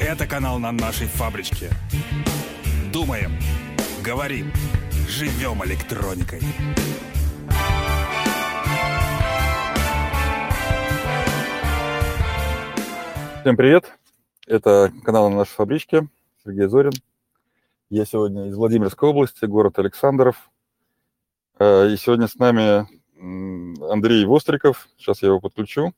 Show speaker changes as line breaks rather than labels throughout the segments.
Это канал на нашей фабричке. Думаем, говорим, живем электроникой.
Всем привет! Это канал на нашей фабричке. Сергей Зорин. Я сегодня из Владимирской области, город Александров. И сегодня с нами Андрей Востриков. Сейчас я его подключу.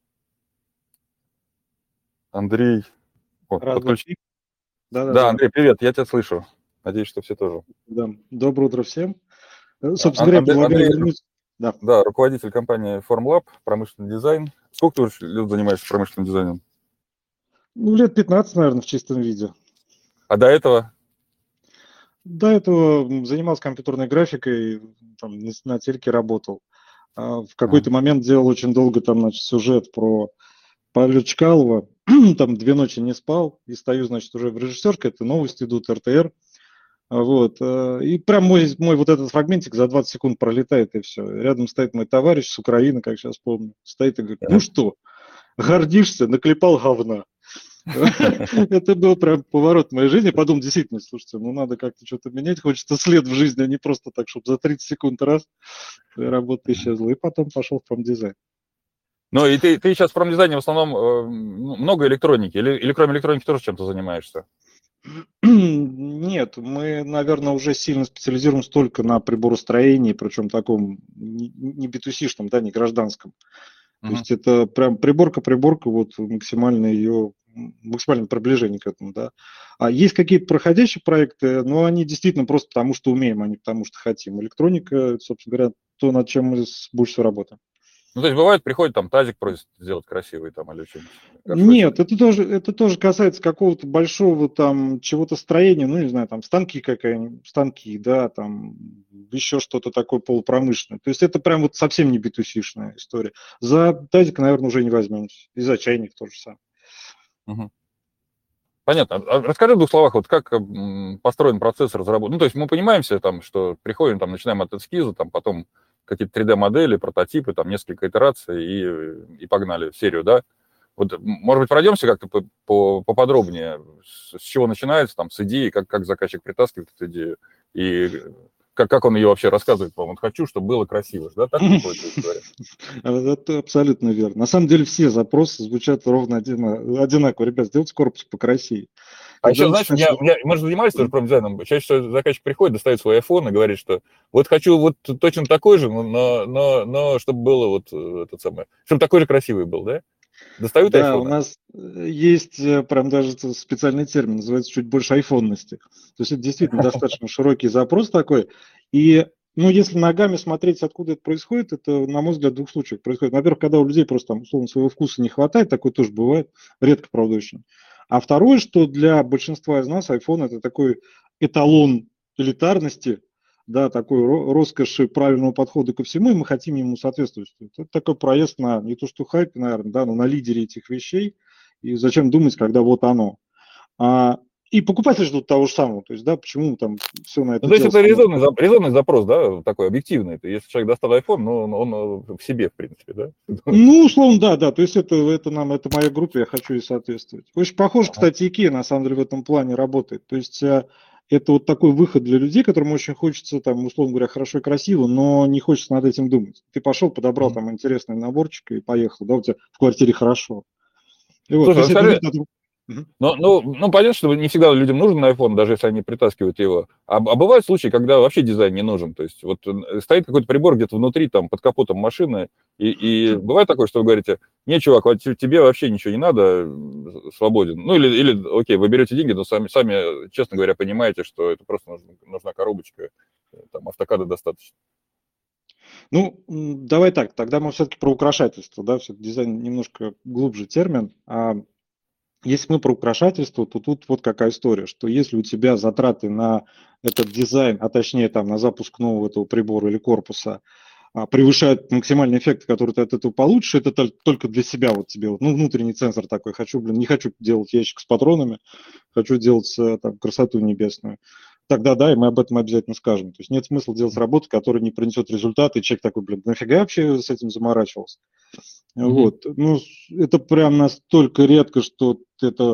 Андрей...
подключи.
Да, Андрей, привет, я тебя слышу. Надеюсь, что все тоже.
Да. Доброе утро всем. Собственно говоря, предлагаю вернуться.
Да, руководитель компании Formlab, промышленный дизайн. Сколько ты уже лет занимаешься промышленным дизайном?
Лет 15, наверное, в чистом виде.
А до этого?
До этого занимался компьютерной графикой, там, на тельке работал. В какой-то момент делал очень долго сюжет про полет Чкалова. Там 2 ночи не спал и стою, уже в режиссерской, это новости идут, РТР. Вот. И прям мой вот этот фрагментик за 20 секунд пролетает, и все. Рядом стоит мой товарищ с Украины, как сейчас помню. Стоит и говорит: ну что, гордишься, наклепал говна. Это был прям поворот в моей жизни. Подумал, действительно, слушайте, надо как-то что-то менять. Хочется след в жизни, а не просто так, чтобы за 30 секунд раз работа исчезла. И потом пошел в промдизайн.
Ну и ты сейчас в промдизайне в основном много электроники? Или кроме электроники тоже чем-то занимаешься?
Нет, мы, наверное, уже сильно специализируемся только на приборостроении, причем таком не B2C-шном, да, не гражданском. То есть это прям приборка, вот максимальное приближение к этому, да. А есть какие-то проходящие проекты, но они действительно просто потому, что умеем, а не потому, что хотим. Электроника, собственно говоря, то, над чем мы больше всего работаем.
Ну, то есть бывает, приходит тазик просит сделать красивый или что-нибудь?
Нет, это тоже касается какого-то большого чего-то строения, не знаю, станки, да, еще что-то такое полупромышленное. То есть это прям совсем не B2C-шная история. За тазик, наверное, уже не возьмемся. И за чайник тоже самое.
Угу. Понятно. Расскажи в 2 словах, как построен процесс разработки. То есть мы понимаем все, что приходим, начинаем от эскиза, потом какие-то 3D-модели, прототипы, несколько итераций и погнали в серию, да? Вот, может быть, пройдемся как-то поподробнее, с чего начинается, с идеи, как заказчик притаскивает эту идею, и как он ее вообще рассказывает, по-моему, хочу, чтобы было красиво, да? Так приходит история?
Это абсолютно верно. На самом деле все запросы звучат ровно одинаково. Ребят, сделайте корпус покрасивее.
А еще, знаешь, мы же занимались тоже промдизайном. Чаще всего заказчик приходит, достает свой iPhone и говорит, что вот хочу точно такой же, но чтобы было чтобы такой же красивый был, да? Достают
да,
iPhone?
У нас есть прям даже специальный термин, называется чуть больше айфонности. То есть это действительно достаточно широкий запрос такой. И если ногами смотреть, откуда это происходит, это, на мой взгляд, в 2 случаях происходит. Во-первых, когда у людей просто условно своего вкуса не хватает, такое тоже бывает, редко, правда, очень. А второе, что для большинства из нас iPhone – это такой эталон элитарности, да, такой роскоши правильного подхода ко всему, и мы хотим ему соответствовать. Это такой проезд на не то что хайпе, наверное, да, но на лидере этих вещей. И зачем думать, когда вот оно. И покупатели ждут того же самого. То есть, да, почему все на это
то есть это резонный запрос, да, такой объективный. Если человек достал iPhone, он в себе, в принципе, да?
Условно, да. То есть это моя группа, я хочу ей соответствовать. Очень похоже, кстати, IKEA на самом деле в этом плане работает. То есть это такой выход для людей, которым очень хочется, условно говоря, хорошо и красиво, но не хочется над этим думать. Ты пошел, подобрал интересный наборчик и поехал, да, у тебя в квартире хорошо. И вот,
слушай, скажи, понятно, что не всегда людям нужен iPhone, даже если они притаскивают его. А бывают случаи, когда вообще дизайн не нужен. То есть стоит какой-то прибор где-то внутри, под капотом машины, и бывает такое, что вы говорите: не, чувак, тебе вообще ничего не надо, свободен. Или окей, вы берете деньги, но сами, честно говоря, понимаете, что это просто нужна коробочка, автокада достаточно.
Давай так, тогда мы все-таки про украшательство, да, все-таки дизайн немножко глубже термин. Если мы про украшательство, то тут вот какая история, что если у тебя затраты на этот дизайн, а точнее на запуск нового этого прибора или корпуса превышают максимальный эффект, который ты от этого получишь, это только для себя тебе внутренний цензор такой, не хочу делать ящик с патронами, хочу делать красоту небесную. Тогда да, и мы об этом обязательно скажем. То есть нет смысла делать работу, которая не принесет результаты, и человек такой: нафига я вообще с этим заморачивался? Вот. Это прям настолько редко, что это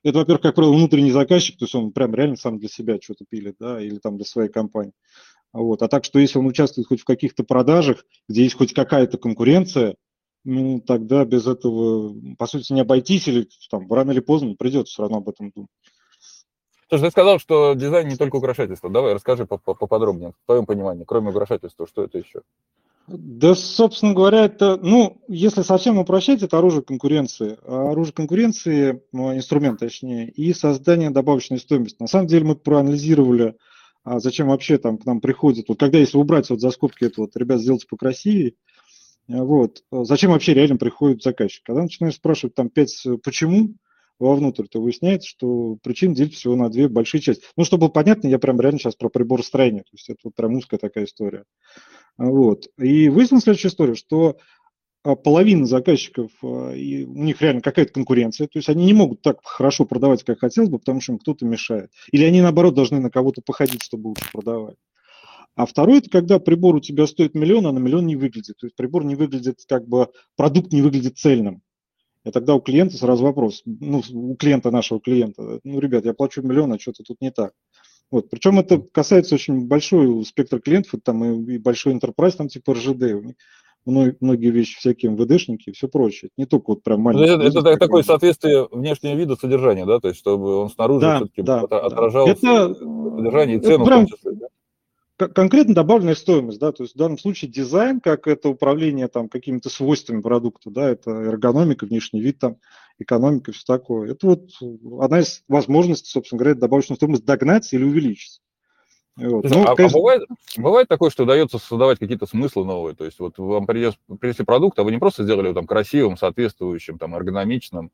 Это, во-первых, как правило, внутренний заказчик, то есть он прям реально сам для себя что-то пилит, да, или там для своей компании. Вот. А так что если он участвует хоть в каких-то продажах, где есть хоть какая-то конкуренция, ну, тогда без этого, по сути, не обойтись, или там рано или поздно придется все равно об этом думать.
Слушай, ты сказал, что дизайн не только украшательство. Давай, расскажи поподробнее, в твоем понимании, кроме украшательства, что это еще?
Да, собственно говоря, это, ну, если совсем упрощать, это оружие конкуренции. А оружие конкуренции, ну, инструмент точнее, и создание добавочной стоимости. На самом деле мы проанализировали, зачем вообще там к нам приходят, вот когда если убрать вот за скобки это вот, ребят, сделайте покрасивее, вот, зачем вообще реально приходит заказчик. Когда начинаешь спрашивать там 5 почему вовнутрь, то выясняется, что причин делится всего на две большие части. Ну, чтобы было понятно, я прям реально сейчас про приборостроение, то есть это вот прям узкая такая история. Вот. И выяснилась следующая история, что половина заказчиков, и у них реально какая-то конкуренция, то есть они не могут так хорошо продавать, как хотелось бы, потому что им кто-то мешает. Или они, наоборот, должны на кого-то походить, чтобы лучше продавать. А второе, это когда прибор у тебя стоит миллион, а на миллион не выглядит. То есть прибор не выглядит, как бы продукт не выглядит цельным. И тогда у клиента сразу вопрос, ну, у клиента, нашего клиента, ну, ребят, я плачу миллион, а что-то тут не так. Вот. Причем это касается очень большой спектра клиентов, там и большой enterprise, там типа РЖД, у них многие вещи всякие МВДшники и все прочее. Не только вот прям маленький
Это
бизнес,
такое соответствие внешнего вида содержания, да, то есть чтобы он снаружи
да,
все-таки
да,
отражал
это,
содержание и
это
цену в
прям
том числе, да?
конкретно добавленная стоимость, да, то есть в данном случае дизайн, как это управление там какими-то свойствами продукта, да, это эргономика, внешний вид там, экономика, все такое. Это вот одна из возможностей, собственно говоря, добавочную стоимость догнать или увеличить. Вот.
Слушай,
Ну, конечно,
бывает такое, что удается создавать какие-то смыслы новые, то есть вот вам принесли продукт, а вы не просто сделали его там красивым, соответствующим, там, эргономичным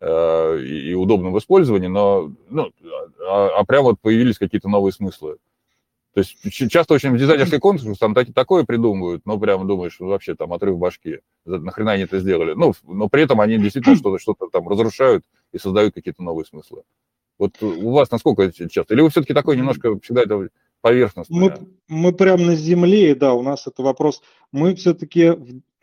и удобным в использовании, но, ну, прям вот появились какие-то новые смыслы. То есть часто очень в дизайнерских конкурсах там такое придумывают, но прям думаешь, ну, вообще там отрыв башки, нахрена они это сделали. Ну, но при этом они действительно что-то там разрушают и создают какие-то новые смыслы. Вот у вас насколько это часто? Или вы все-таки такой немножко всегда это поверхностное?
мы прямо на земле, и да, у нас это вопрос. Мы все-таки,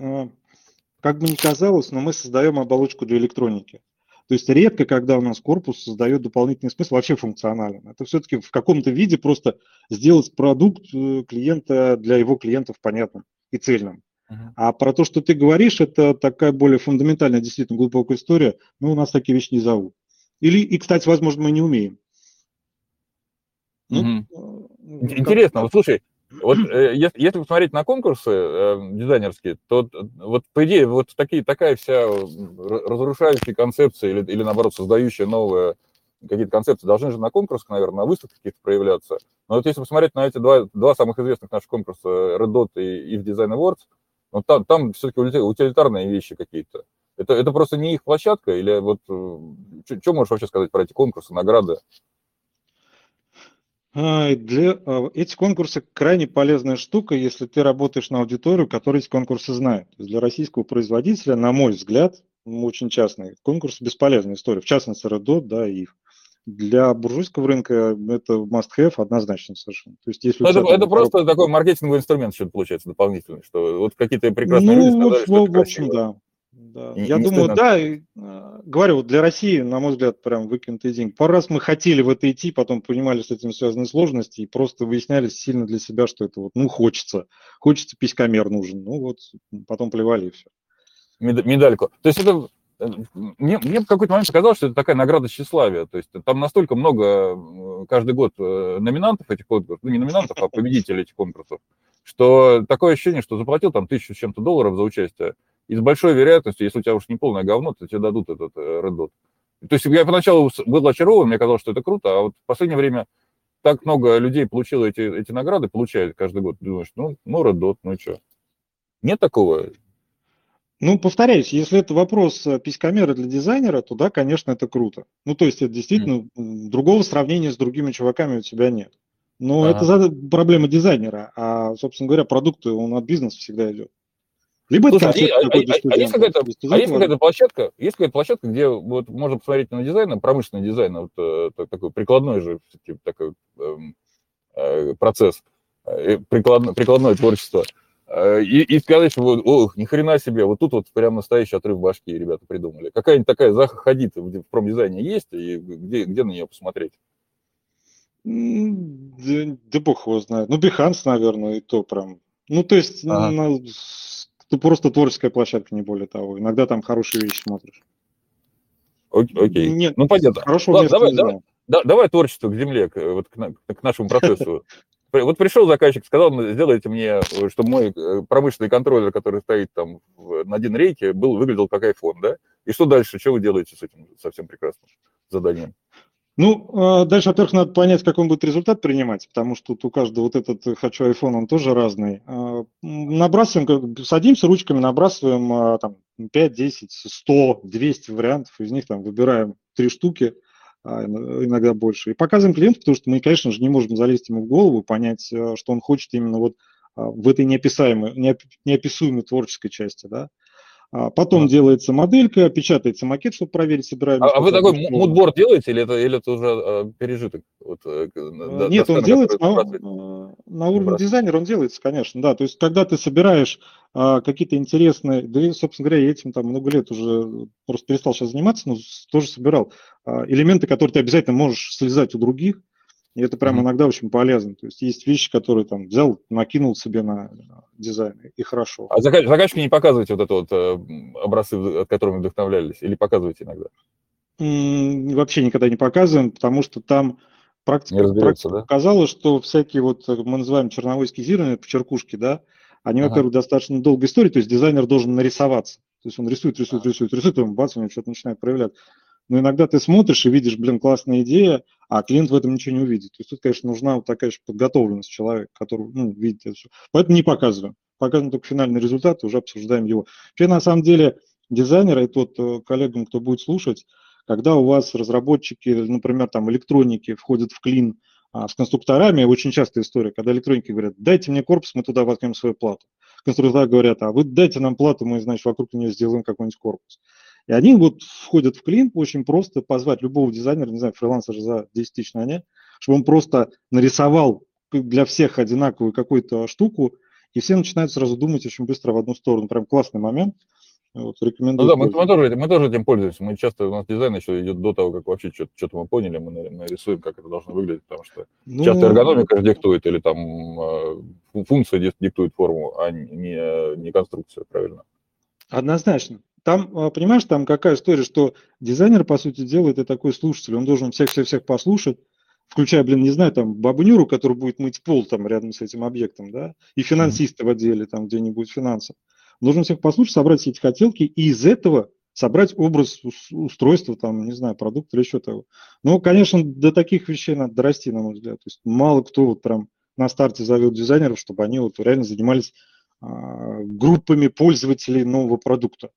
как бы ни казалось, но мы создаем оболочку для электроники. То есть редко, когда у нас корпус создает дополнительный смысл, вообще функционален. Это все-таки в каком-то виде просто сделать продукт клиента для его клиентов понятным и цельным. А про то, что ты говоришь, это такая более фундаментальная, действительно глубокая история. Но у нас такие вещи не зовут. И, кстати, возможно, мы не умеем.
Интересно, вот слушай, вот если посмотреть на конкурсы дизайнерские, то вот по идее вот такая вся разрушающая концепция или наоборот создающая новые какие-то концепции должны же на конкурсах, наверное, на выставках каких-то проявляться. Но вот если посмотреть на эти два самых известных наших конкурса, Red Dot и If Design Awards, ну, там все-таки утилитарные вещи какие-то. Это просто не их площадка? Или вот что можешь вообще сказать про эти конкурсы, награды?
Эти конкурсы крайне полезная штука, если ты работаешь на аудиторию, которая эти конкурсы знает. То есть для российского производителя, на мой взгляд, очень частный конкурс бесполезная история. В частности, Red Dot, да, и для буржуйского рынка это must-have однозначно совершенно. То есть, если
это просто такой маркетинговый инструмент, что-то получается дополнительный, что вот какие-то прекрасные люди сказали, что это
в общем,
красиво.
Да. Я думаю, да, говорю, вот для России, на мой взгляд, прям выкинутый деньги. Пару раз мы хотели в это идти, потом понимали, с этим связаны сложности, и просто выясняли сильно для себя, что это вот, ну, хочется писькомер нужен, ну вот, потом плевали и все.
Медальку. То есть это, мне в какой-то момент показалось, что это такая награда тщеславия, то есть там настолько много каждый год номинантов этих конкурсов, ну не номинантов, а победителей этих конкурсов, что такое ощущение, что заплатил там $1000 с чем-то за участие, и с большой вероятностью, если у тебя уж не полное говно, то тебе дадут этот Red Dot. То есть я поначалу был очарован, мне казалось, что это круто, а вот в последнее время так много людей получило эти награды, получают каждый год. Думаешь, ну Red Dot, ну и что? Нет такого?
Ну, повторяюсь, если это вопрос писькомера для дизайнера, то да, конечно, это круто. Ну, то есть это действительно другого сравнения с другими чуваками у тебя нет. Но это проблема дизайнера, а, собственно говоря, продукты, он от бизнеса всегда идет. Либо
слушай,
это концепт какой-то студента.
Есть какая-то площадка, где вот можно посмотреть на дизайн, на промышленный дизайн, вот такой прикладной же такой процесс, прикладное творчество. И сказать, что вот, ни хрена себе, вот тут вот прям настоящий отрыв башки ребята придумали. Какая-нибудь такая заходит в промдизайне есть, и где на нее посмотреть?
Да бог его знает. Ну, Behance, наверное, и то прям. Ну, то есть, это просто творческая площадка, не более того. Иногда там хорошие вещи смотришь.
Окей.
Нет,
Ну, понятно.
хорошего
Ладно,
места не знаю.
давай творчество к земле, вот к нашему процессу. Вот пришел заказчик, сказал, сделайте мне, чтобы мой промышленный контроллер, который стоит там на один рейке, выглядел как iPhone, да? И что дальше? Что вы делаете с этим совсем прекрасным заданием?
Ну, дальше, во-первых, надо понять, как он будет результат принимать, потому что тут у каждого вот этот «хочу iPhone», он тоже разный. Набрасываем, садимся ручками, набрасываем там 5, 10, 100, 200 вариантов, из них там выбираем 3 штуки, иногда больше, и показываем клиенту, потому что мы, конечно же, не можем залезть ему в голову, понять, что он хочет именно вот в этой неописуемой творческой части, да. Потом делается моделька, печатается макет, чтобы проверить собираемость.
А вы такой мудборд делаете, или это уже пережиток? Вот,
нет, он делается на уровне дизайнера, он делается, конечно, да. То есть, когда ты собираешь какие-то интересные, да и, собственно говоря, я этим там много лет уже просто перестал сейчас заниматься, но тоже собирал элементы, которые ты обязательно можешь слезать у других, и это прям иногда очень полезно. То есть, есть вещи, которые там взял, накинул себе на дизайн, и хорошо.
А заказчику не показываете вот это вот образцы, от которых вдохновлялись, или показываете иногда?
Вообще никогда не показываем, потому что там практика показала, что всякие вот, мы называем черновое эскизирование, почеркушки, да, они, во-первых, достаточно долгая история, то есть дизайнер должен нарисоваться. То есть он рисует, и бац, у него что-то начинает проявлять. Но иногда ты смотришь и видишь, классная идея, а клиент в этом ничего не увидит. То есть тут, конечно, нужна вот такая же подготовленность человека, который видит это все. Поэтому не показываем. Показываем только финальный результат, и уже обсуждаем его. Вообще, на самом деле, дизайнер, и тот коллегам, кто будет слушать, когда у вас разработчики, например, там электроники входят в клин с конструкторами, очень частая история, когда электроники говорят, дайте мне корпус, мы туда воткнем свою плату. Конструктора говорят, а вы дайте нам плату, мы, значит, вокруг нее сделаем какой-нибудь корпус. И они вот входят в клин очень просто позвать любого дизайнера, не знаю, фрилансера за 10 тысяч нанять, чтобы он просто нарисовал для всех одинаковую какую-то штуку, и все начинают сразу думать очень быстро в одну сторону. Прям классный момент. Вот, рекомендую.
Ну да, мы тоже этим пользуемся. Мы часто, у нас дизайн еще идет до того, как вообще что-то мы поняли, мы нарисуем, как это должно выглядеть, потому что часто эргономика диктует, или там функция диктует форму, а не конструкция, правильно?
Однозначно. Там, понимаешь, там какая история, что дизайнер, по сути дела, это такой слушатель, он должен всех послушать, включая, не знаю, там, бабу Нюру, который будет мыть пол там рядом с этим объектом, да, и финансисты в отделе, там, где не будет финансов. Нужно всех послушать, собрать все эти хотелки и из этого собрать образ устройства, там, не знаю, продукта или еще того. Ну, конечно, до таких вещей надо дорасти, на мой взгляд. То есть мало кто вот прям на старте зовет дизайнеров, чтобы они вот реально занимались группами пользователей нового продукта.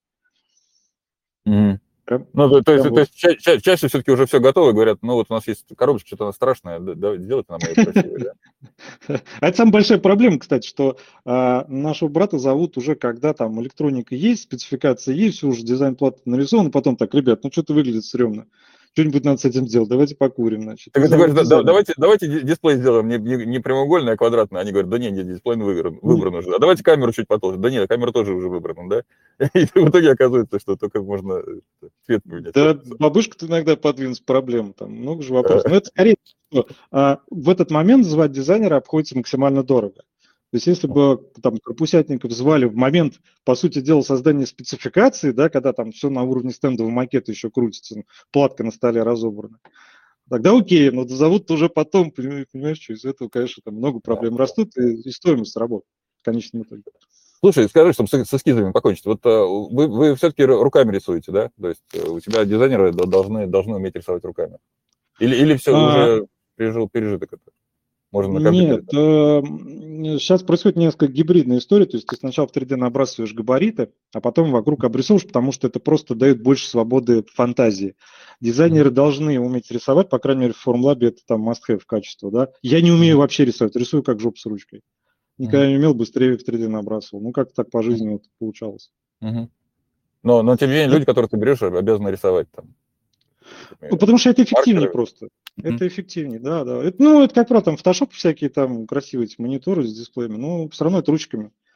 Ну, то есть чаще все-таки уже все готово, говорят, ну вот у нас есть коробочка, что-то она страшное, сделайте нам ее красивое, да?
А это самая большая проблема, кстати, что нашего брата зовут уже, когда там электроника есть, спецификация есть, все уже дизайн-плата нарисован, потом так, ребят, ну что-то выглядит стрёмно. Что-нибудь надо с этим сделать, давайте покурим, значит.
Ты говоришь, давайте дисплей сделаем не прямоугольный, а квадратный. Они говорят, да нет, дисплей выбран уже. А давайте камеру чуть потолще. Да нет, камера тоже уже выбрана, да? И в итоге оказывается, что только можно цвет поменять.
Да, бабушка-то иногда подвинуть проблем, там много же вопросов. Но это скорее, что в этот момент звать дизайнера обходится максимально дорого. То есть если бы там корпусятников звали в момент, по сути дела, создания спецификации, да, когда там все на уровне стендового макета еще крутится, платка на столе разобрана, тогда окей, но зовут уже потом, понимаешь, что из этого, конечно, там много проблем растут, и стоимость работы в конечном итоге.
Слушай, скажи, чтобы с эскизами покончить. Вот вы все-таки руками рисуете, да? То есть у тебя дизайнеры должны уметь рисовать руками? Или все уже пережиток это? Можно на компьютере?
Нет, сейчас происходит несколько гибридная история, то есть ты сначала в 3D набрасываешь габариты, а потом вокруг обрисовываешь, потому что это просто дает больше свободы фантазии. Дизайнеры должны уметь рисовать, по крайней мере, в Formlab это там must-have качество, да. Я не умею вообще рисовать, рисую как жопу с ручкой. Никогда не умел, быстрее в 3D набрасывал. Ну, как-то так по жизни вот получалось.
Но тем не менее, люди, которых ты берешь, обязаны рисовать там.
Ну, потому что это эффективнее просто. Это эффективнее, да. Это как правило, там Photoshop всякие там красивые эти мониторы с дисплеями, но все равно это ручками.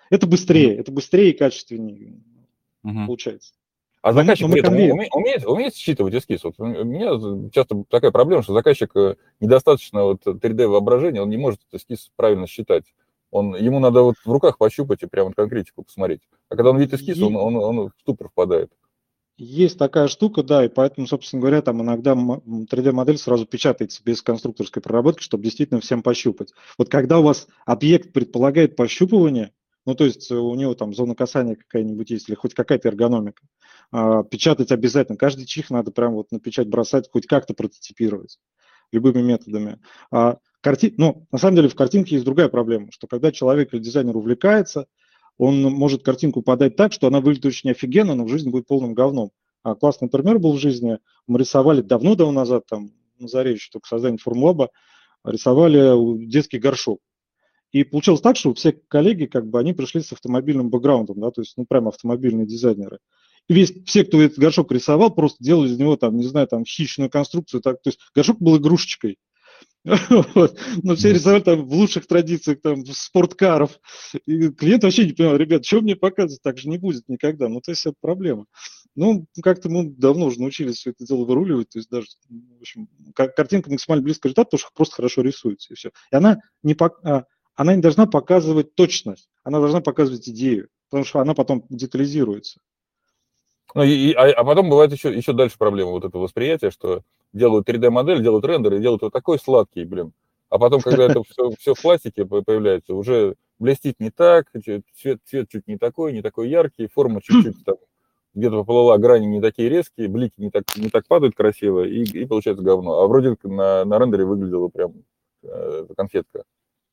Это быстрее и качественнее получается.
А заказчик при этом
конвейер.
умеет считывать эскиз? Вот у меня часто такая проблема, что заказчик недостаточно вот 3D-воображения, он не может эскиз правильно считать. Ему надо вот в руках пощупать и прямо конкретику посмотреть. А когда он видит эскиз, он в ступор впадает.
Есть такая штука, да, и поэтому, собственно говоря, там иногда 3D-модель сразу печатается без конструкторской проработки, чтобы действительно всем пощупать. Вот когда у вас объект предполагает пощупывание, ну, то есть у него там зона касания какая-нибудь есть, или хоть какая-то эргономика, печатать обязательно. Каждый чих надо прям вот на печать бросать, хоть как-то прототипировать любыми методами. На самом деле в картинке есть другая проблема, что когда человек или дизайнер увлекается, он может картинку подать так, что она выглядит очень офигенно, но в жизни будет полным говном. Классный пример был в жизни. Мы рисовали давно назад, там, на заре еще только создания Формлаба, рисовали детский горшок. И получилось так, что все коллеги, они пришли с автомобильным бэкграундом, да, то есть, прям автомобильные дизайнеры. И все, кто этот горшок рисовал, просто делали из него, там, не знаю, там, хищную конструкцию. То есть горшок был игрушечкой. Вот. Но все рисовали там в лучших традициях там спорткаров. И клиент вообще не понимал, ребят, что мне показывать, так же не будет никогда. То есть это проблема. Как-то мы давно уже научились все это дело выруливать. То есть даже, в общем, картинка максимально близко к результату, потому что просто хорошо рисуется, и все. И она не должна показывать точность, она должна показывать идею, потому что она потом детализируется.
А потом бывает еще дальше проблема вот этого восприятия, что делают 3D-модель, делают рендер и делают вот такой сладкий, А потом, когда это все в пластике появляется, уже блестит не так, цвет чуть не такой яркий, форма чуть-чуть там где-то поплыла, грани не такие резкие, блики не так падают красиво, и получается говно. А вроде на рендере выглядело прям конфетка.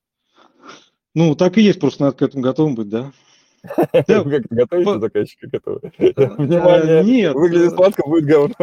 Так и есть, просто надо к этому готовым быть, да?
Вы как-то готовите заказчика к этому? Внимание,
нет,
выглядит сладко, будет говно.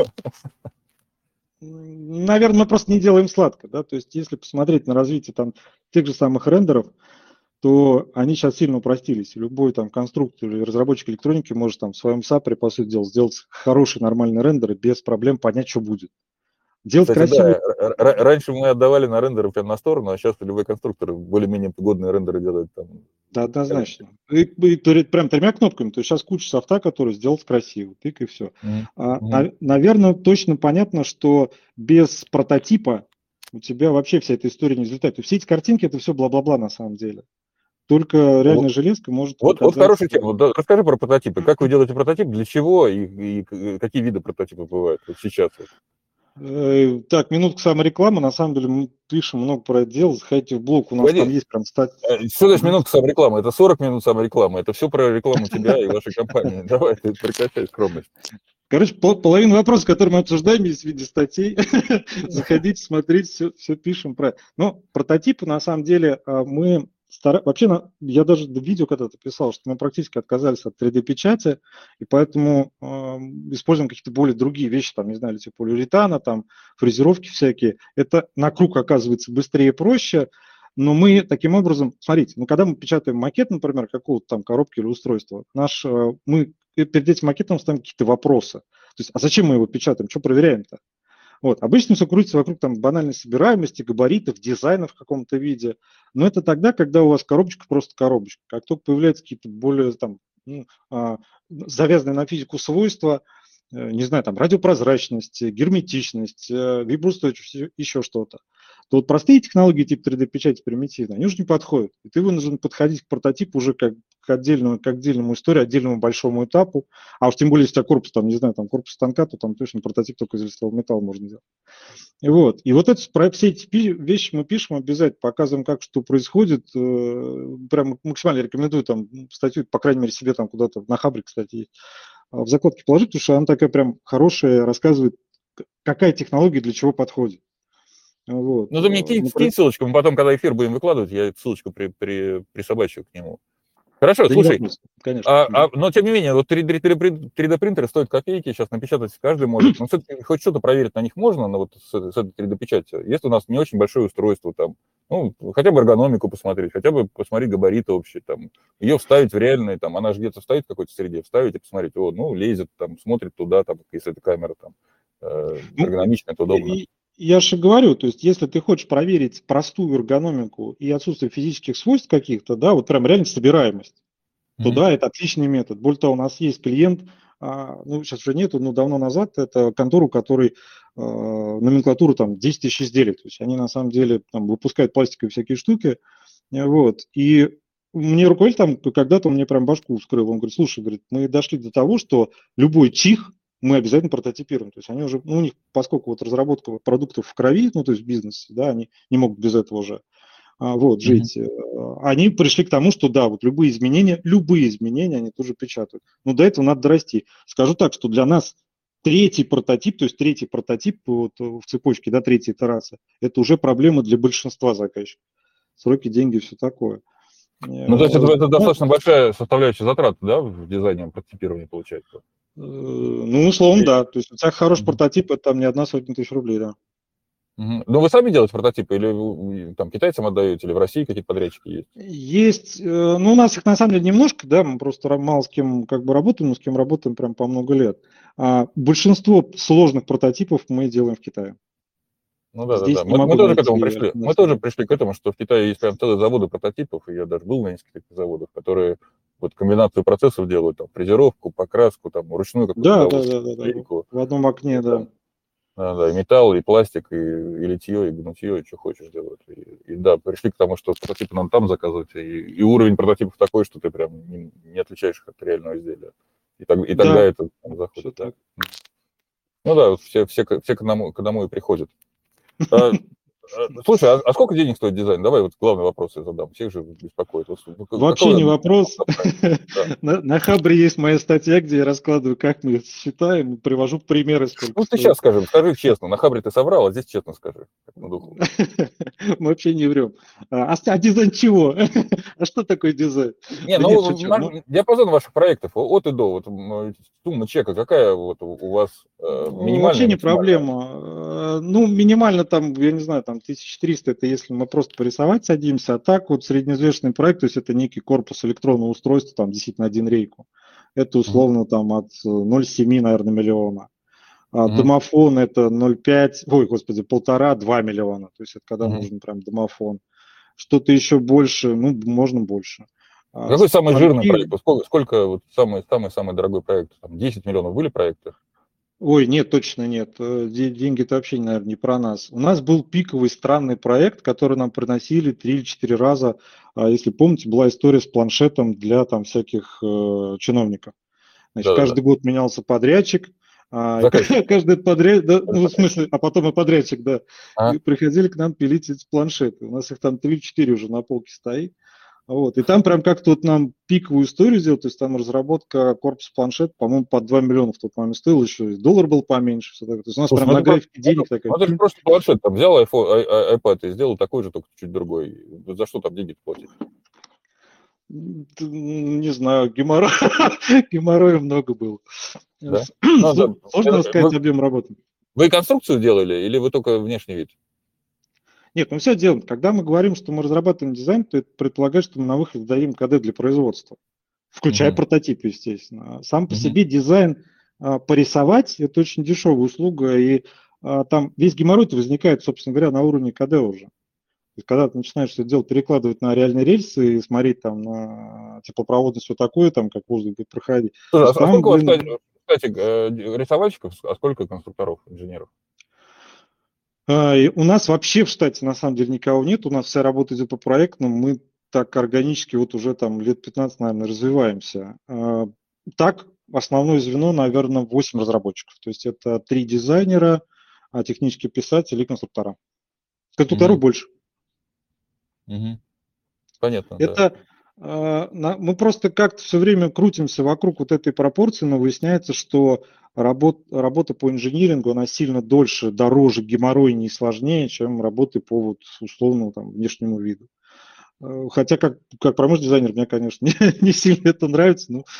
Наверное, мы просто не делаем сладко, да, то есть если посмотреть на развитие там тех же самых рендеров, то они сейчас сильно упростились. Любой там конструктор или разработчик электроники может там в своем сапре, по сути дела, сделать хороший нормальный рендер и без проблем понять, что будет. Делать
Кстати,
красиво.
да, раньше мы отдавали на рендеры прямо на сторону, а сейчас любой конструктор более-менее годные рендеры делает там.
Да, однозначно. И прям 3 кнопками. То есть сейчас куча софта, который сделать красиво. Тык и все. Наверное, точно понятно, что без прототипа у тебя вообще вся эта история не взлетает. То есть все эти картинки, это все бла-бла-бла на самом деле. Только реальная железка может...
Вот хорошая тема. Да, расскажи про прототипы. Как вы делаете прототип, для чего и какие виды прототипов бывают вот сейчас?
Так, минутка саморекламы. На самом деле мы пишем много про это дело. Заходите в блог, у нас там есть прям статья.
Что значит минутка саморекламы? Это 40 минут саморекламы. Это все про рекламу тебя и вашей компании. Давай, ты прекращай скромность.
Короче, половина вопросов, которые мы обсуждаем, есть в виде статей. Заходите, смотрите, все пишем про это. Но прототипы, на самом деле, мы... Вообще, я даже видео когда-то писал, что мы практически отказались от 3D-печати, и поэтому используем какие-то более другие вещи, там, не знаю, типа полиуретана, там, фрезеровки всякие. Это на круг оказывается быстрее и проще, но мы таким образом, смотрите, когда мы печатаем макет, например, какого-то там коробки или устройства, мы перед этим макетом ставим какие-то вопросы. То есть, а зачем мы его печатаем, что проверяем-то? Вот. Обычно все крутится вокруг там банальной собираемости, габаритов, дизайна в каком-то виде. Но это тогда, когда у вас коробочка просто коробочка. Как только появляются какие-то более там, завязанные на физику свойства, не знаю, там радиопрозрачность, герметичность, виброустойчивость, еще что-то, то вот простые технологии типа 3D-печати примитивные, они уже не подходят. И ты вынужден подходить к прототипу уже как к отдельному истории, отдельному большому этапу. А уж тем более, если у тебя корпус, там, не знаю, там корпус станка, то там точно прототип только из листового металла можно делать. И вот про все эти вещи мы пишем обязательно, показываем, как что происходит. Прям максимально рекомендую там статью, по крайней мере, себе там куда-то на Хабре, кстати, есть, в закладке положить, потому что она такая прям хорошая, рассказывает, какая технология для чего подходит. Вот.
Ты мне кинь ссылочку, мы потом, когда эфир будем выкладывать, я эту ссылочку присобачу к нему. Хорошо, да, слушай, конечно. Но тем не менее, вот 3D-принтеры стоят копейки, сейчас напечатать каждый может, но все-таки хоть что-то проверить на них можно, но вот с этой 3D-печатью. Если у нас не очень большое устройство, там, хотя бы эргономику посмотреть, хотя бы посмотреть габариты общие, там, ее вставить в реальный, там, она же где-то стоит в какой-то среде, вставить и посмотреть, лезет, там, смотрит туда, там, если это камера, там, эргономично, это удобно.
Я же говорю, то есть если ты хочешь проверить простую эргономику и отсутствие физических свойств каких-то, да, вот прям реально собираемость, то да, это отличный метод. Более того, у нас есть клиент, ну, сейчас уже нету, но давно назад, это контора, у которой номенклатура там 10 тысяч изделий. То есть они на самом деле там выпускают пластиковые всякие штуки. Вот. И мне руководитель там когда-то мне прям башку вскрыл. Он говорит, слушай, говорит, мы дошли до того, что любой чих мы обязательно прототипируем. То есть они уже, ну, у них, поскольку вот разработка продуктов в крови, ну, то есть в бизнесе, да, они не могут без этого уже вот, жить. Они пришли к тому, что да, вот любые изменения они тоже печатают. Но до этого надо дорасти. Скажу так, что для нас третий прототип вот в цепочке, да, третья итерация, это уже проблема для большинства заказчиков. Сроки, деньги, все такое.
Ну, то есть это достаточно большая составляющая затрат, да, в дизайне прототипирования получается?
Ну, условно, да. То есть у тебя хороший прототип, это там не 1 сотня тысяч рублей, да.
Ну, вы сами делаете прототипы или там китайцам отдаете, или в России какие-то подрядчики есть?
Есть. Ну, у нас их на самом деле немножко, да, мы просто мало с кем как бы работаем, но с кем работаем прям по много лет. Большинство сложных прототипов мы делаем в Китае.
Ну да, да. Мы тоже к этому пришли. Мы тоже пришли к этому, что в Китае есть прям целые заводы прототипов, и я даже был на нескольких заводах, которые вот комбинацию процессов делают, там, фрезеровку, покраску, там, ручную какую-то
да. В одном окне, да.
Да, и металл, и пластик, и литье, и гнутье, и что хочешь делают. И да, пришли к тому, что прототипы надо там заказывать, и уровень прототипов такой, что ты прям не отличаешь их от реального изделия. И тогда это заходит. Да. Ну да, все к одному и приходят. Слушай, а сколько денег стоит дизайн? Давай вот главный вопрос я задам. Всех же беспокоит.
Вообще не вопрос. На Хабре есть моя статья, где я раскладываю, как мы считаем, привожу примеры.
Ну, ты сейчас скажи честно. На Хабре ты соврал, а здесь честно скажи.
Мы вообще не врем. А дизайн чего? А что такое дизайн?
Не, ну, диапазон ваших проектов от и до. Вот сумма чека какая вот у вас минимальная?
Вообще не проблема. Ну, минимально там, я не знаю, там 1300, это если мы просто порисовать садимся, а так вот среднеизвестный проект, то есть это некий корпус электронного устройства, там действительно 1 рейку. Это условно там от 0,7, наверное, миллиона. Домофон это 0,5, ой, господи, 1,5-2 миллиона. То есть это когда нужен прям домофон. Что-то еще больше, ну, можно больше.
Какой самый жирный проект? Сколько вот самый дорогой проект? Там 10 миллионов были проекты?
Ой, нет, точно нет. Деньги-то вообще, наверное, не про нас. У нас был пиковый странный проект, который нам приносили 3 или 4 раза. Если помните, была история с планшетом для там всяких чиновников. Значит, каждый год менялся подрядчик. Каждый подряд, да, ну, в смысле, а потом и подрядчик, да. И приходили к нам пилить эти планшеты. У нас их там 3-4 уже на полке стоит. Вот. И там прям как-то вот нам пиковую историю сделать, то есть там разработка корпуса планшет, по-моему, под 2 миллиона в тот момент стоил, еще и доллар был поменьше. Все так. То есть у нас прям на графике денег такая.
Это же просто планшет, там взял iPad и сделал такой же, только чуть другой. За что там деньги платить?
Не знаю, геморроя много было. Да? Можно сказать объем работы.
Вы конструкцию делали или вы только внешний вид?
Нет, мы все делаем. Когда мы говорим, что мы разрабатываем дизайн, то это предполагает, что мы на выход дадим КД для производства, включая прототип, естественно. Сам по себе дизайн порисовать – это очень дешевая услуга, и там весь геморрой возникает, собственно говоря, на уровне КД уже. То есть, когда ты начинаешь все дело перекладывать на реальные рельсы и смотреть там на теплопроводность, все такое, там, как воздух будет проходить.
Слушай, сколько, кстати, рисовальщиков, а сколько конструкторов, инженеров?
У нас вообще в штате на самом деле никого нет, у нас вся работа идет по проектному, мы так органически вот уже там лет 15, наверное, развиваемся. Так, основное звено, наверное, 8 разработчиков, то есть это 3 дизайнера, технический писатель и конструктора. Конструкторов больше.
Понятно.
Это мы просто как-то все время крутимся вокруг вот этой пропорции, но выясняется, что работа по инжинирингу, она сильно дольше, дороже, геморройнее и сложнее, чем работы по вот условному там внешнему виду. Хотя как промышленный дизайнер мне, конечно, не сильно это нравится, но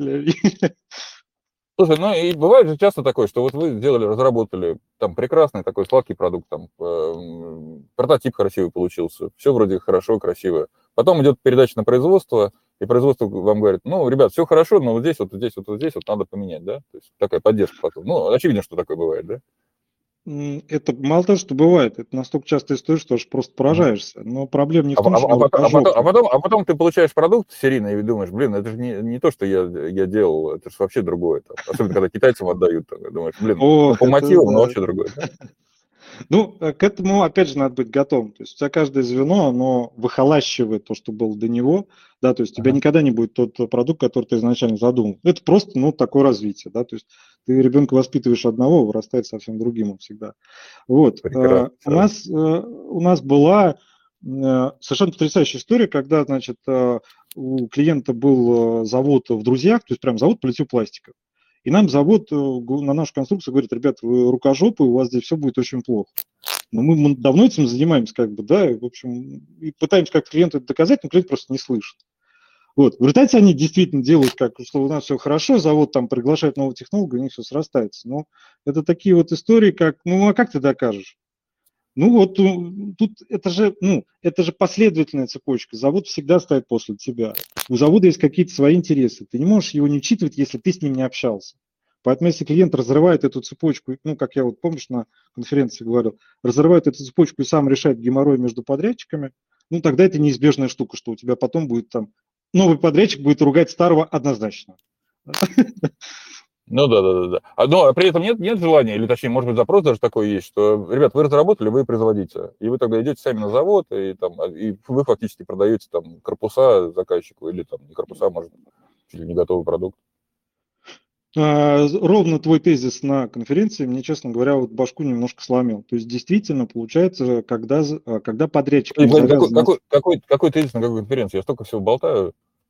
Слушай, ну и бывает же часто такое, что вот вы сделали, разработали там прекрасный такой сладкий продукт, там прототип красивый получился, все вроде хорошо, красиво. Потом идет передача на производство, и производство вам говорит, ну, ребят, все хорошо, но вот здесь вот надо поменять, да? То есть такая поддержка потом. Ну, очевидно, что такое бывает, да?
Это мало того, что бывает, это настолько частая история, что аж просто поражаешься. Но проблема не в том, что мы
потом ты получаешь продукт серийный и думаешь, блин, это же не то, что я делал, это же вообще другое. Там. Особенно, когда китайцам отдают, там, думаешь, блин, по мотивам, но вообще другое. Да?
Ну, к этому, опять же, надо быть готовым. То есть у тебя каждое звено, оно выхолащивает то, что было до него, да, то есть у тебя никогда не будет тот продукт, который ты изначально задумал. Это просто, ну, такое развитие, да, то есть ты ребенка воспитываешь одного, вырастает совсем другим он всегда. Вот. У нас была совершенно потрясающая история, когда, значит, у клиента был завод в Друзьях, то есть прям завод по литью пластика. И нам завод на нашу конструкцию говорит, ребят, вы рукожопы, у вас здесь все будет очень плохо. Но мы давно этим занимаемся, как бы, да, и, в общем, и пытаемся как клиенту это доказать, но клиент просто не слышит. Вот. В результате они действительно делают, как, что у нас все хорошо, завод там приглашает нового технолога, у них все срастается. Но это такие вот истории, как, ну, а как ты докажешь? Ну вот тут это же последовательная цепочка. Завод всегда стоит после тебя. У завода есть какие-то свои интересы. Ты не можешь его не учитывать, если ты с ним не общался. Поэтому если клиент разрывает эту цепочку, ну, как я вот, помнишь, на конференции говорил, разрывает эту цепочку и сам решает геморрой между подрядчиками, ну, тогда это неизбежная штука, что у тебя потом будет там новый подрядчик будет ругать старого однозначно.
Ну да. Но при этом нет желания, или точнее, может быть, запрос даже такой есть, что, ребят, вы разработали, вы производите. И вы тогда идете сами на завод, и вы фактически продаете там корпуса заказчику, или там не корпуса, может, чуть ли не готовый продукт.
Ровно твой тезис на конференции мне, честно говоря, вот башку немножко сломил. То есть действительно получается, когда подрядчик не завязан...
Какой тезис на какой конференции? Я столько всего болтаю.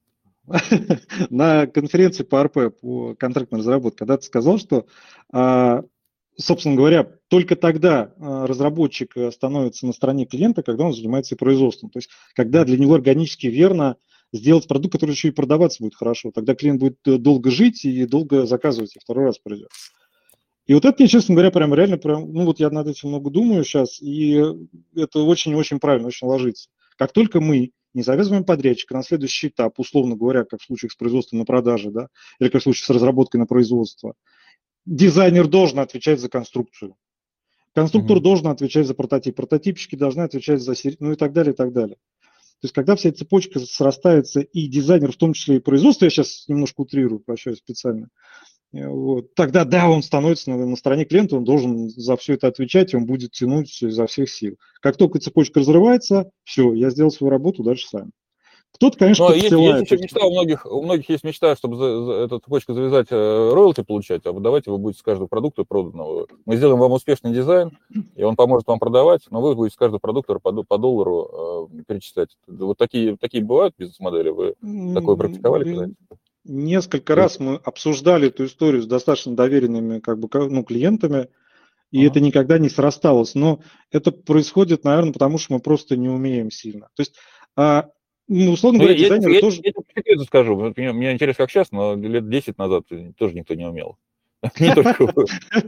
На конференции по РП, по контрактной разработке, когда ты сказал, что, собственно говоря, только тогда разработчик становится на стороне клиента, когда он занимается производством. То есть когда для него органически верно сделать продукт, который еще и продаваться будет хорошо. Тогда клиент будет долго жить и долго заказывать, и второй раз придет. И вот это мне, честно говоря, прям реально, ну вот я над этим много думаю сейчас, и это очень-очень правильно, очень ложится. Как только мы не завязываем подрядчика на следующий этап, условно говоря, как в случае с производством на продаже, да, или как в случае с разработкой на производство, дизайнер должен отвечать за конструкцию. Конструктор должен отвечать за прототип, прототипщики должны отвечать за ну и так далее, и так далее. То есть, когда вся эта цепочка срастается, и дизайнер, в том числе и производство, я сейчас немножко утрирую, прощаюсь специально, вот, тогда, да, он становится на стороне клиента, он должен за все это отвечать, и он будет тянуть изо всех сил. Как только цепочка разрывается, все, я сделал свою работу, дальше сами. Кто-то, конечно,
подстилает. Есть еще мечта, у многих есть мечта, чтобы эту цепочку завязать, роялти получать, а вот давайте вы будете с каждого продукта проданного. Мы сделаем вам успешный дизайн, и он поможет вам продавать, но вы будете с каждого продукта по доллару перечислять. Вот такие бывают бизнес-модели? Вы такое практиковали когда-нибудь?
Несколько раз мы обсуждали эту историю с достаточно доверенными клиентами, и это никогда не срасталось. Но это происходит, наверное, потому что мы просто не умеем сильно. То есть, условно говоря, дизайнеры тоже...
Я тебе скажу, мне интересно, как сейчас, но лет 10 назад тоже никто не умел. Не только вы.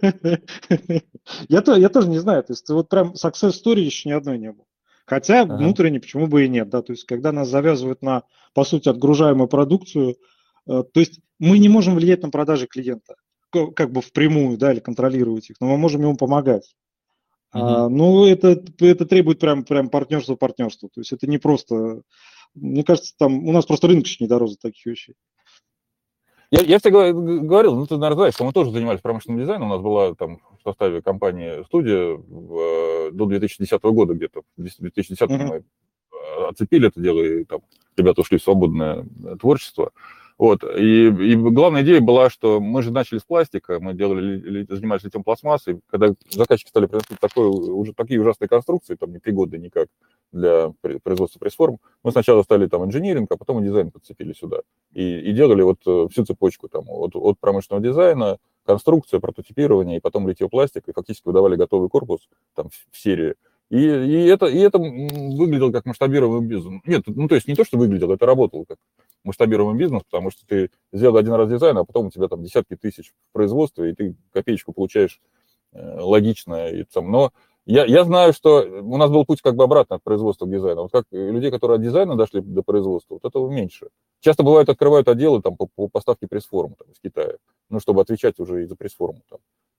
Я тоже не знаю. То есть вот прям success story еще ни одной не было. Хотя внутренне почему бы и нет. Да? То есть когда нас завязывают на, по сути, отгружаемую продукцию, то есть мы не можем влиять на продажи клиента, как бы впрямую, да, или контролировать их, но мы можем ему помогать. Но это требует прям партнерства. То есть это не просто... Мне кажется, там у нас просто рынок еще не дорос до таких вещей.
Я тебе говорил, ну ты, наверное, знаешь, что мы тоже занимались промышленным дизайном. У нас была там в составе компании студия до 2010 года где-то. В 2010 мы оцепили это дело, и там ребята ушли в свободное творчество. Вот. И главная идея была, что мы же начали с пластика, мы занимались литьем пластмассы, когда заказчики стали приносить такие ужасные конструкции, там непригодные никак для производства пресс-форм, мы сначала стали там инжиниринг, а потом и дизайн подцепили сюда. И делали вот всю цепочку там, от промышленного дизайна, конструкция, прототипирование, и потом литье пластик, и фактически выдавали готовый корпус там в серии. И это выглядело как масштабируемый бизнес. Нет, ну то есть не то, что выглядело, это работало как масштабируемый бизнес, потому что ты сделал один раз дизайн, а потом у тебя там десятки тысяч в производстве, и ты копеечку получаешь логично. Но я знаю, что у нас был путь как бы обратно от производства к дизайну. Вот как людей, которые от дизайна дошли до производства, вот этого меньше. Часто бывает, открывают отделы там, по поставке пресс-форм из Китая, ну, чтобы отвечать уже и за пресс-форму. Там.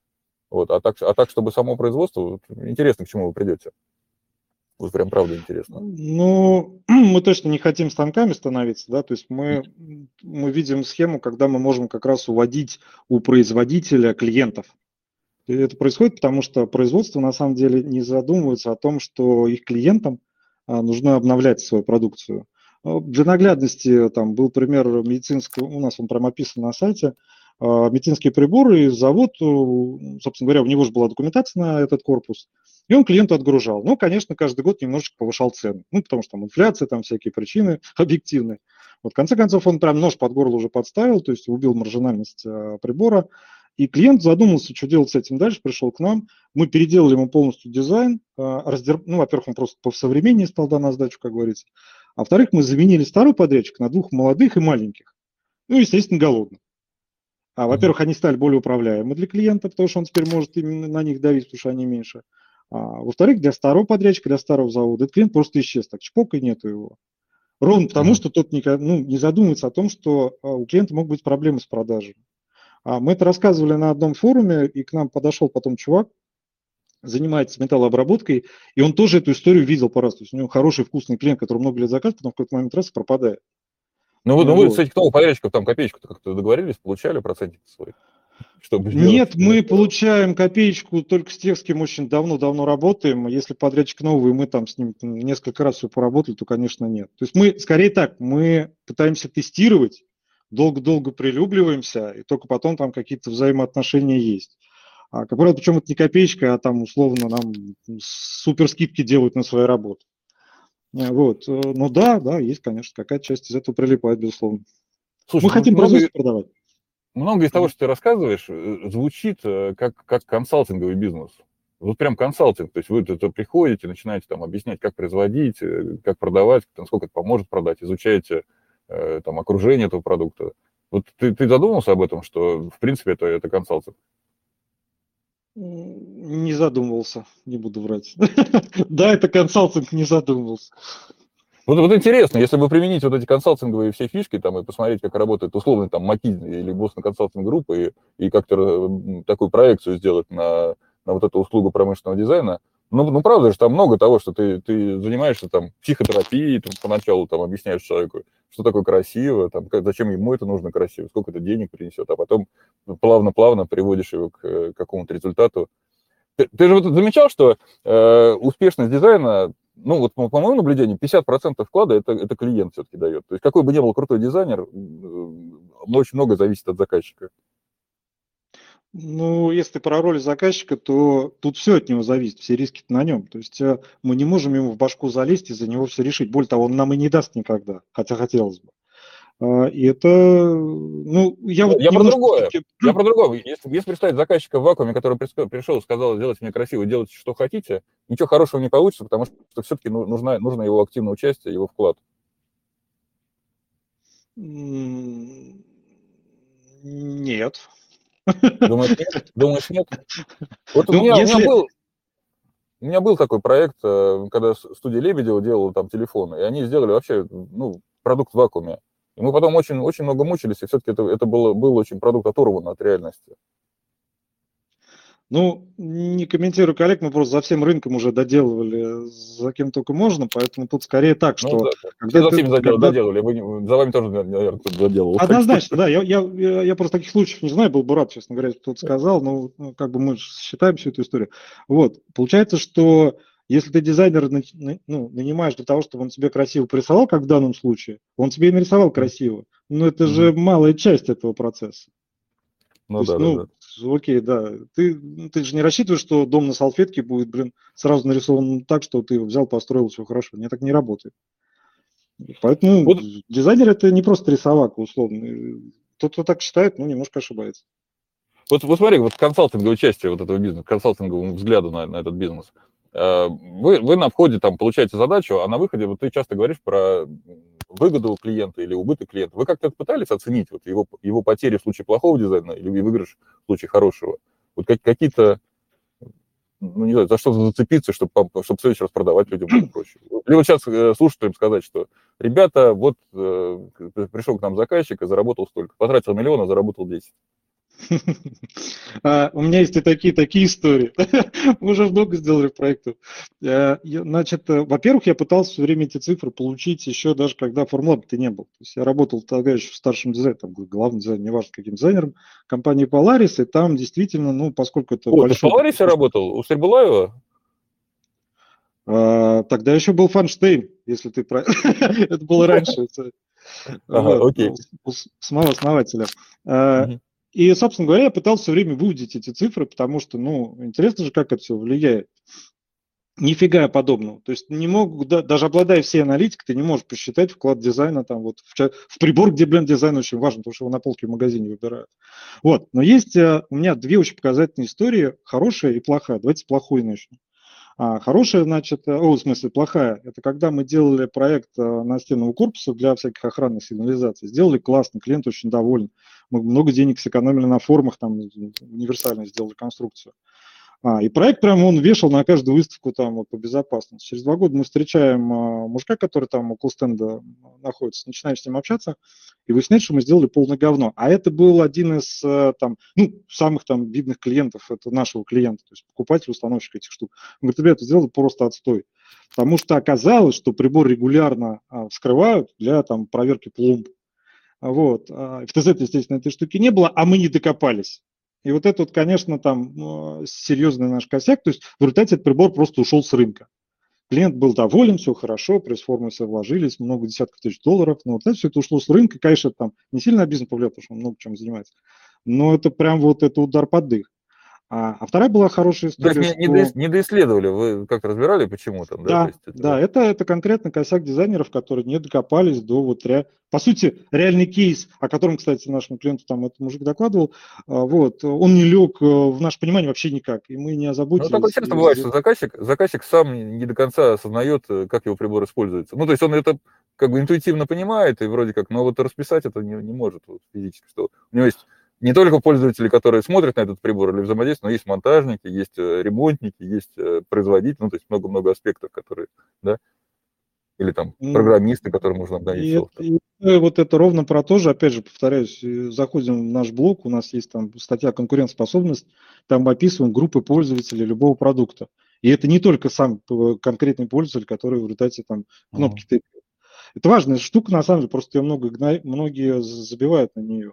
Вот, а так, чтобы само производство, вот, интересно, к чему вы придете. Вот прям правда интересно.
Ну, мы точно не хотим станками становиться, да, то есть мы видим схему, когда мы можем как раз уводить у производителя клиентов. И это происходит, потому что производство на самом деле не задумывается о том, что их клиентам нужно обновлять свою продукцию. Для наглядности там был пример медицинского, у нас он прям описан на сайте, медицинские приборы, и завод, собственно говоря, у него же была документация на этот корпус, и он клиенту отгружал. Ну, конечно, каждый год немножечко повышал цены, ну, потому что там инфляция, там всякие причины объективные. Вот, в конце концов, он прям нож под горло уже подставил, то есть убил маржинальность прибора, и клиент задумался, что делать с этим дальше, пришел к нам, мы переделали ему полностью дизайн, ну, во-первых, он просто повсовременнее стал на сдачу, как говорится, а во-вторых, мы заменили старый подрядчик на двух молодых и маленьких, ну, естественно, голодных. Во-первых, они стали более управляемы для клиента, потому что он теперь может именно на них давить, потому что они меньше. Во-вторых, для старого подрядчика, для старого завода, этот клиент просто исчез, так чпок и нету его. Ровно потому, что тот не задумывается о том, что у клиента могут быть проблемы с продажей. Мы это рассказывали на одном форуме, и к нам подошел потом чувак, занимается металлообработкой, и он тоже эту историю видел по раз. То есть у него хороший, вкусный клиент, который много лет заказывает, потом в какой-то момент раз и пропадает.
Вы с этих новых подрядчиков там копеечку-то как-то договорились, получали процентик свой?
Нет, мы получаем копеечку только с тех, с кем очень давно работаем. Если подрядчик новый, мы там с ним несколько раз все поработали, то, конечно, нет. То есть мы, скорее так, мы пытаемся тестировать, долго-долго прилюбливаемся, и только потом там какие-то взаимоотношения есть. Как правило, причем это не копеечка, а там условно нам супер скидки делают на свои работы. Вот. Ну да, есть, конечно, какая-то часть из этого прилипает, безусловно.
Слушай,
мы хотим производство продавать.
Много из того, что ты рассказываешь, звучит как консалтинговый бизнес. Вот прям консалтинг. То есть вы это приходите, начинаете там объяснять, как производить, как продавать, насколько это поможет продать, изучаете там окружение этого продукта. Вот ты задумался об этом, что в принципе это консалтинг?
Не задумывался, не буду врать. Да, это консалтинг, не задумывался.
Вот интересно, если бы применить вот эти консалтинговые все фишки там и посмотреть, как работает условный там Маки или Boston Consulting Group и как-то такую проекцию сделать на вот эту услугу промышленного дизайна, ну правда же, там много того, что ты занимаешься там психотерапией, ты поначалу там объясняешь человеку, что такое красиво, там, зачем ему это нужно красиво, сколько это денег принесет, а потом плавно-плавно приводишь его к какому-то результату. Ты же вот замечал, что успешность дизайна, ну вот по моему наблюдению, 50% вклада это клиент все-таки дает. То есть какой бы ни был крутой дизайнер, очень много зависит от заказчика.
Ну, если ты про роль заказчика, то тут все от него зависит, все риски-то на нем. То есть мы не можем ему в башку залезть и за него все решить. Более того, он нам и не даст никогда, хотя хотелось бы. И это, ну, я
про другое. Я про другое. Если представить заказчика в вакууме, который пришел и сказал, сделайте мне красиво, делайте, что хотите, ничего хорошего не получится, потому что все-таки нужно его активное участие, его вклад.
Нет.
Думаешь, нет? Вот у меня был такой проект, когда студия Лебедева делала там телефоны, и они сделали вообще продукт в вакууме. И мы потом очень много мучились, и все-таки это был очень продукт оторван от реальности.
Ну, не комментирую коллег, мы просто за всем рынком уже доделывали, за кем только можно, поэтому тут скорее так, что...
Да. Все за всеми доделывали, за вами тоже, наверное, кто-то доделал.
Однозначно, да, я просто таких случаев не знаю, был бы рад, честно говоря, кто-то сказал, но как бы мы считаем всю эту историю. Вот, получается, что если ты дизайнера нанимаешь для того, чтобы он тебе красиво присылал, как в данном случае, он тебе и нарисовал красиво, но это же малая часть этого процесса. Да. Окей, да. Ты же не рассчитываешь, что дом на салфетке будет, сразу нарисован так, что ты его взял, построил, все хорошо. Нет, так не работает. Поэтому дизайнер это не просто рисовак, условно. Тот, кто так считает, немножко ошибается.
Вот смотри, вот консалтинговая часть вот этого бизнеса, консалтинговому взгляду на этот бизнес. Вы на входе там получаете задачу, а на выходе вот ты часто говоришь про выгоду клиента или убыток клиента. Вы как-то пытались оценить вот его потери в случае плохого дизайна или выигрыш в случае хорошего? Вот какие-то, не знаю, за что зацепиться, чтобы в следующий раз продавать людям было проще? Или вот сейчас слушателям сказать, что ребята, вот пришел к нам заказчик и заработал столько, потратил 1 миллион, а заработал 10.
У меня есть и такие истории. Мы уже много сделали проектов. Значит, во-первых, я пытался все время эти цифры получить еще даже когда Formlab-то не был. То есть я работал тогда еще старшим дизайнером, главным дизайнером, неважно каким дизайнером, компании Polaris, и там действительно, ну, поскольку это
О, ты в
большой...
Polaris работал? У Стрельбулаева?
Тогда еще был Фанштейн, если ты про... Это было раньше.
Ага, окей.
У самого основателя. И, собственно говоря, я пытался все время выудить эти цифры, потому что, ну, интересно же, как это все влияет. Нифига подобного. То есть не могу, даже обладая всей аналитикой, ты не можешь посчитать вклад дизайна там вот в прибор, где бренд-дизайн очень важен, потому что его на полке в магазине выбирают. Вот. Но есть у меня две очень показательные истории, хорошая и плохая. Давайте с плохой начнем. Хорошая, значит, в смысле плохая, это когда мы делали проект настенного корпуса для всяких охранных сигнализаций. Сделали классно, клиент очень доволен. Мы много денег сэкономили на формах, там универсально сделали конструкцию. И проект прямо он вешал на каждую выставку там вот, по безопасности. Через 2 года мы встречаем мужика, который там около стенда находится, начинаем с ним общаться, и выясняется, что мы сделали полное говно. А это был один из там, ну, самых там видных клиентов, это нашего клиента, то есть покупатель, установщик этих штук. Он говорит, ребята, сделали просто отстой. Потому что оказалось, что прибор регулярно вскрывают для там проверки пломб. Вот. В ТЗ, естественно, этой штуки не было, а мы не докопались. И вот это вот, конечно, там серьезный наш косяк. То есть в результате этот прибор просто ушел с рынка. Клиент был доволен, все хорошо, пресс-формы все вложились, много десятков тысяч долларов. Но вот это все это ушло с рынка. Конечно, там не сильно на бизнес повлияло, потому что он много чем занимается. Но это прям вот это удар под дых. А вторая была хорошая история,
То есть не доисследовали, вы как-то разбирали, почему там, да?
Да, это конкретно косяк дизайнеров, которые не докопались до вот по сути, реальный кейс, о котором, кстати, нашему клиенту там этот мужик докладывал, вот, он не лег в наше понимание вообще никак, и мы не озаботились.
Ну, такое часто бывает, что заказчик сам не до конца осознает, как его прибор используется. Ну, то есть он это как бы интуитивно понимает, и вроде как, но вот расписать это не может вот, физически. Что у него есть не только пользователи, которые смотрят на этот прибор или взаимодействуют, но есть монтажники, есть ремонтники, есть производители, ну, то есть много-много аспектов, которые, да, или там программисты, которым нужно обновить софт.
И вот это ровно про то же, опять же, повторяюсь, заходим в наш блог, у нас есть там статья «Конкурентоспособность», там описываем группы пользователей любого продукта. И это не только сам конкретный пользователь, который в результате там кнопки тыкает. Это важная штука, на самом деле, просто ее многие забивают на нее.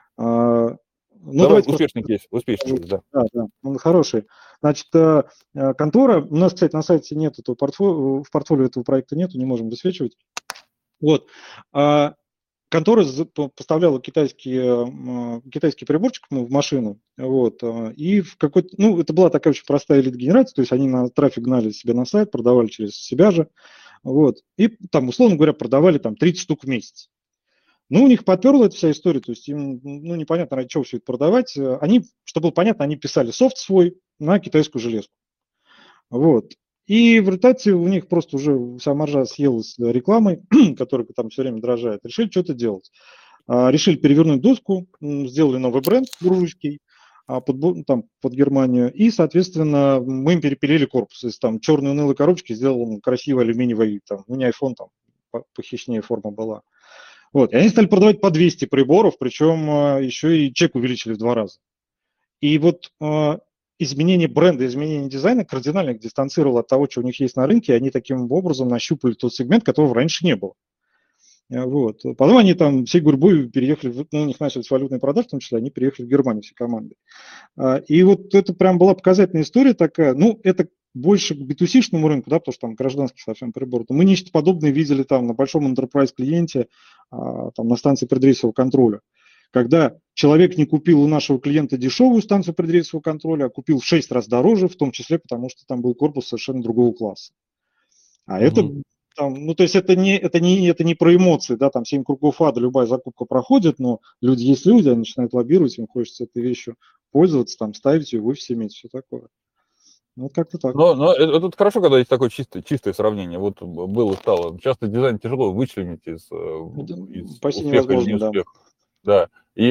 Давай успешный кейс, да.
Да, он хороший. Значит, контора, у нас, кстати, на сайте нет этого портфолио, в портфолио этого проекта нету, не можем высвечивать. Вот. Контора поставляла китайский приборчик в машину, вот, и в какой-то, ну, это была такая очень простая лид-генерация, то есть они на трафик гнали себе на сайт, продавали через себя же, вот, и там, условно говоря, продавали там 30 штук в месяц. Ну, у них подперла эта вся история, то есть им, ну, непонятно, ради чего все это продавать. Они, чтобы было понятно, они писали софт свой на китайскую железку. Вот. И в результате у них просто уже вся маржа съелась рекламой, которая там все время дрожает. Решили что-то делать. Решили перевернуть доску, сделали новый бренд дружеский под Германию, и, соответственно, мы им перепилили корпус. Из там черной унылой коробочки сделал красивый алюминиевый, там, ну, не iPhone, там, похищнее форма была. Вот. И они стали продавать по 200 приборов, причем еще и чек увеличили в 2 раза. И вот изменение бренда, изменение дизайна кардинально их дистанцировало от того, что у них есть на рынке, и они таким образом нащупали тот сегмент, которого раньше не было. Вот. Потом они там всей гурьбой переехали, ну, у них начались валютные продажи, в том числе, они переехали в Германию, все команды. И вот это прям была показательная история такая, ну, это больше к B2C-шному рынку, да, потому что там гражданский совсем прибор. Мы нечто подобное видели там на большом enterprise клиенте, там на станции предрейсового контроля. Когда человек не купил у нашего клиента дешевую станцию предрейсового контроля, а купил в 6 раз дороже, в том числе потому, что там был корпус совершенно другого класса. Это там, ну, то есть это не про эмоции, да, там 7 кругов ада, любая закупка проходит, но люди есть люди, они начинают лоббировать, им хочется этой вещью пользоваться, там, ставить ее в офисе, иметь, все такое. Вот как-то так.
Но это хорошо, когда есть такое чистое сравнение. Вот было и стало. Часто дизайн тяжело вычленить из
почти
успеха или неуспеха. Да.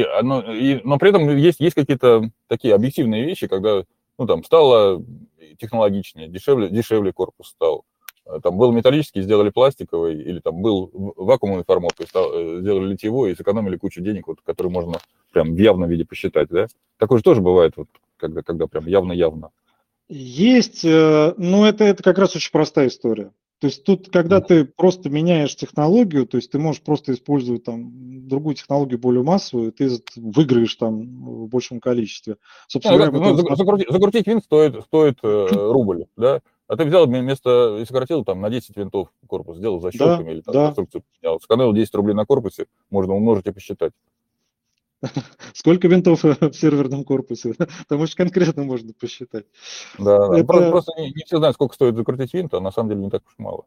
Но при этом есть какие-то такие объективные вещи, когда, ну, там, стало технологичнее, дешевле корпус стал. Там был металлический, сделали пластиковый, или там был вакуумный формат, то есть сделали литьевой и сэкономили кучу денег, вот, которые можно прям в явном виде посчитать, да? Такое же тоже бывает, вот, когда прям явно-явно.
Есть, но это как раз очень простая история. То есть тут, когда ты просто меняешь технологию, то есть ты можешь просто использовать там другую технологию более массовую, ты выиграешь там в большем количестве.
Собственно, закрутить винт стоит рубль, да? А ты взял вместо, и сократил там на 10 винтов корпус, сделал защелками или там конструкцию поменял. Сэкономил 10 рублей на корпусе, можно умножить и посчитать.
Сколько винтов в серверном корпусе? Там очень конкретно можно посчитать.
Да, это... просто не все знают, сколько стоит закрутить винт, а на самом деле не так уж мало.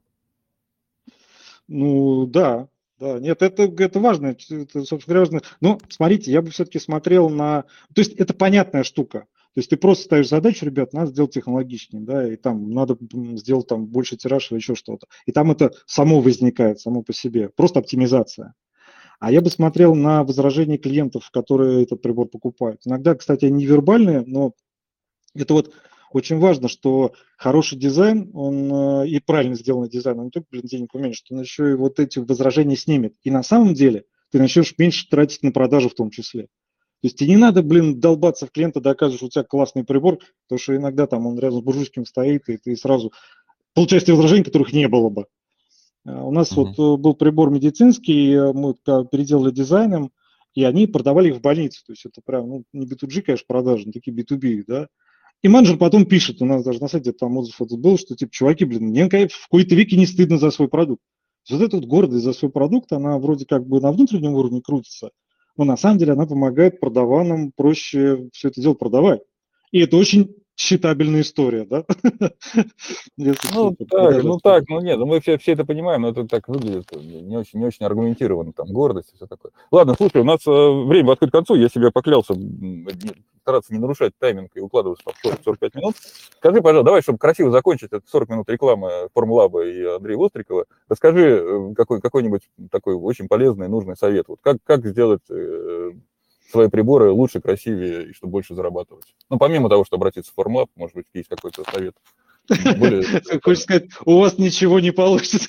Ну, да. Нет, это важно, это, собственно, важно. Но, смотрите, я бы все-таки смотрел на... То есть это понятная штука. То есть ты просто ставишь задачу, ребят, надо сделать технологичнее, да, и там надо сделать там больше тираж или еще что-то. И там это само возникает, само по себе. Просто оптимизация. А я бы смотрел на возражения клиентов, которые этот прибор покупают. Иногда, кстати, они невербальные, но это вот очень важно, что хороший дизайн, он и правильно сделанный дизайн, он не только, денег уменьшит, он еще и вот эти возражения снимет. И на самом деле ты начнешь меньше тратить на продажу в том числе. То есть тебе не надо, долбаться в клиента, доказывать, что у тебя классный прибор, потому что иногда там он рядом с буржуйским стоит, и ты сразу получаешь те возражения, которых не было бы. У нас вот был прибор медицинский, мы переделали дизайном, и они продавали их в больнице. То есть это прям, не B2G, конечно, продажи, но такие B2B, да. И менеджер потом пишет, у нас даже на сайте там отзыв был, что типа, чуваки, мне в какой-то веке не стыдно за свой продукт. Вот эта вот гордость за свой продукт, она вроде как бы на внутреннем уровне крутится, но на самом деле она помогает продаванам проще все это дело продавать. И это очень считабельная история, да?
Нет, мы все это понимаем, но это так выглядит не очень аргументированно, там, гордость и все такое. Ладно, слушай, у нас время подходит к концу, я себе поклялся стараться не нарушать тайминг и укладываться в 40-45 минут. Скажи, пожалуйста, давай, чтобы красиво закончить это 40 минут рекламы Формлаба и Андрея Вострикова, расскажи какой-нибудь такой очень полезный, нужный совет. Вот как сделать свои приборы лучше, красивее и чтобы больше зарабатывать. Помимо того, что обратиться в Формлаб, может быть, есть какой-то совет.
Хочешь сказать, у вас ничего не получится?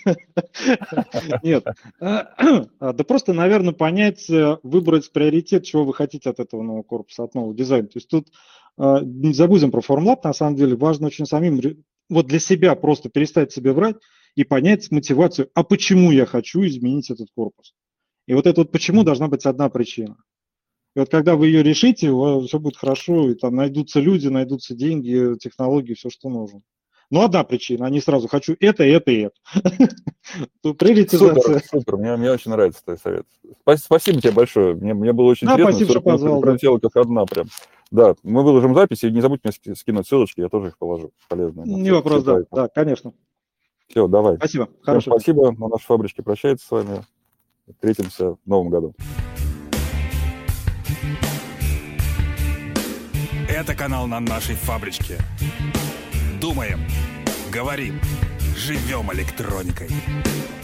Нет. Да просто, наверное, понять, выбрать приоритет, чего вы хотите от этого нового корпуса, от нового дизайна. То есть тут не забудем про Формлаб, на самом деле важно очень самим вот для себя просто перестать себе врать и понять мотивацию, а почему я хочу изменить этот корпус. И вот это вот почему должна быть одна причина. И вот когда вы ее решите, у вас все будет хорошо, и там найдутся люди, найдутся деньги, технологии, все, что нужно. Но одна причина, а не сразу хочу это. Приоритизация.
Супер, мне очень нравится твой совет. Спасибо тебе большое, мне было очень интересно.
Спасибо, что позвал.
Пролетело как одна прям. Да, мы выложим записи, не забудь мне скинуть ссылочки, я тоже их положу, полезные.
Не вопрос, да, конечно.
Все, давай.
Спасибо. Хорошо.
Спасибо, на нашей фабричке прощается с вами. Встретимся в новом году.
Это канал на нашей фабричке. Думаем, говорим, живем электроникой.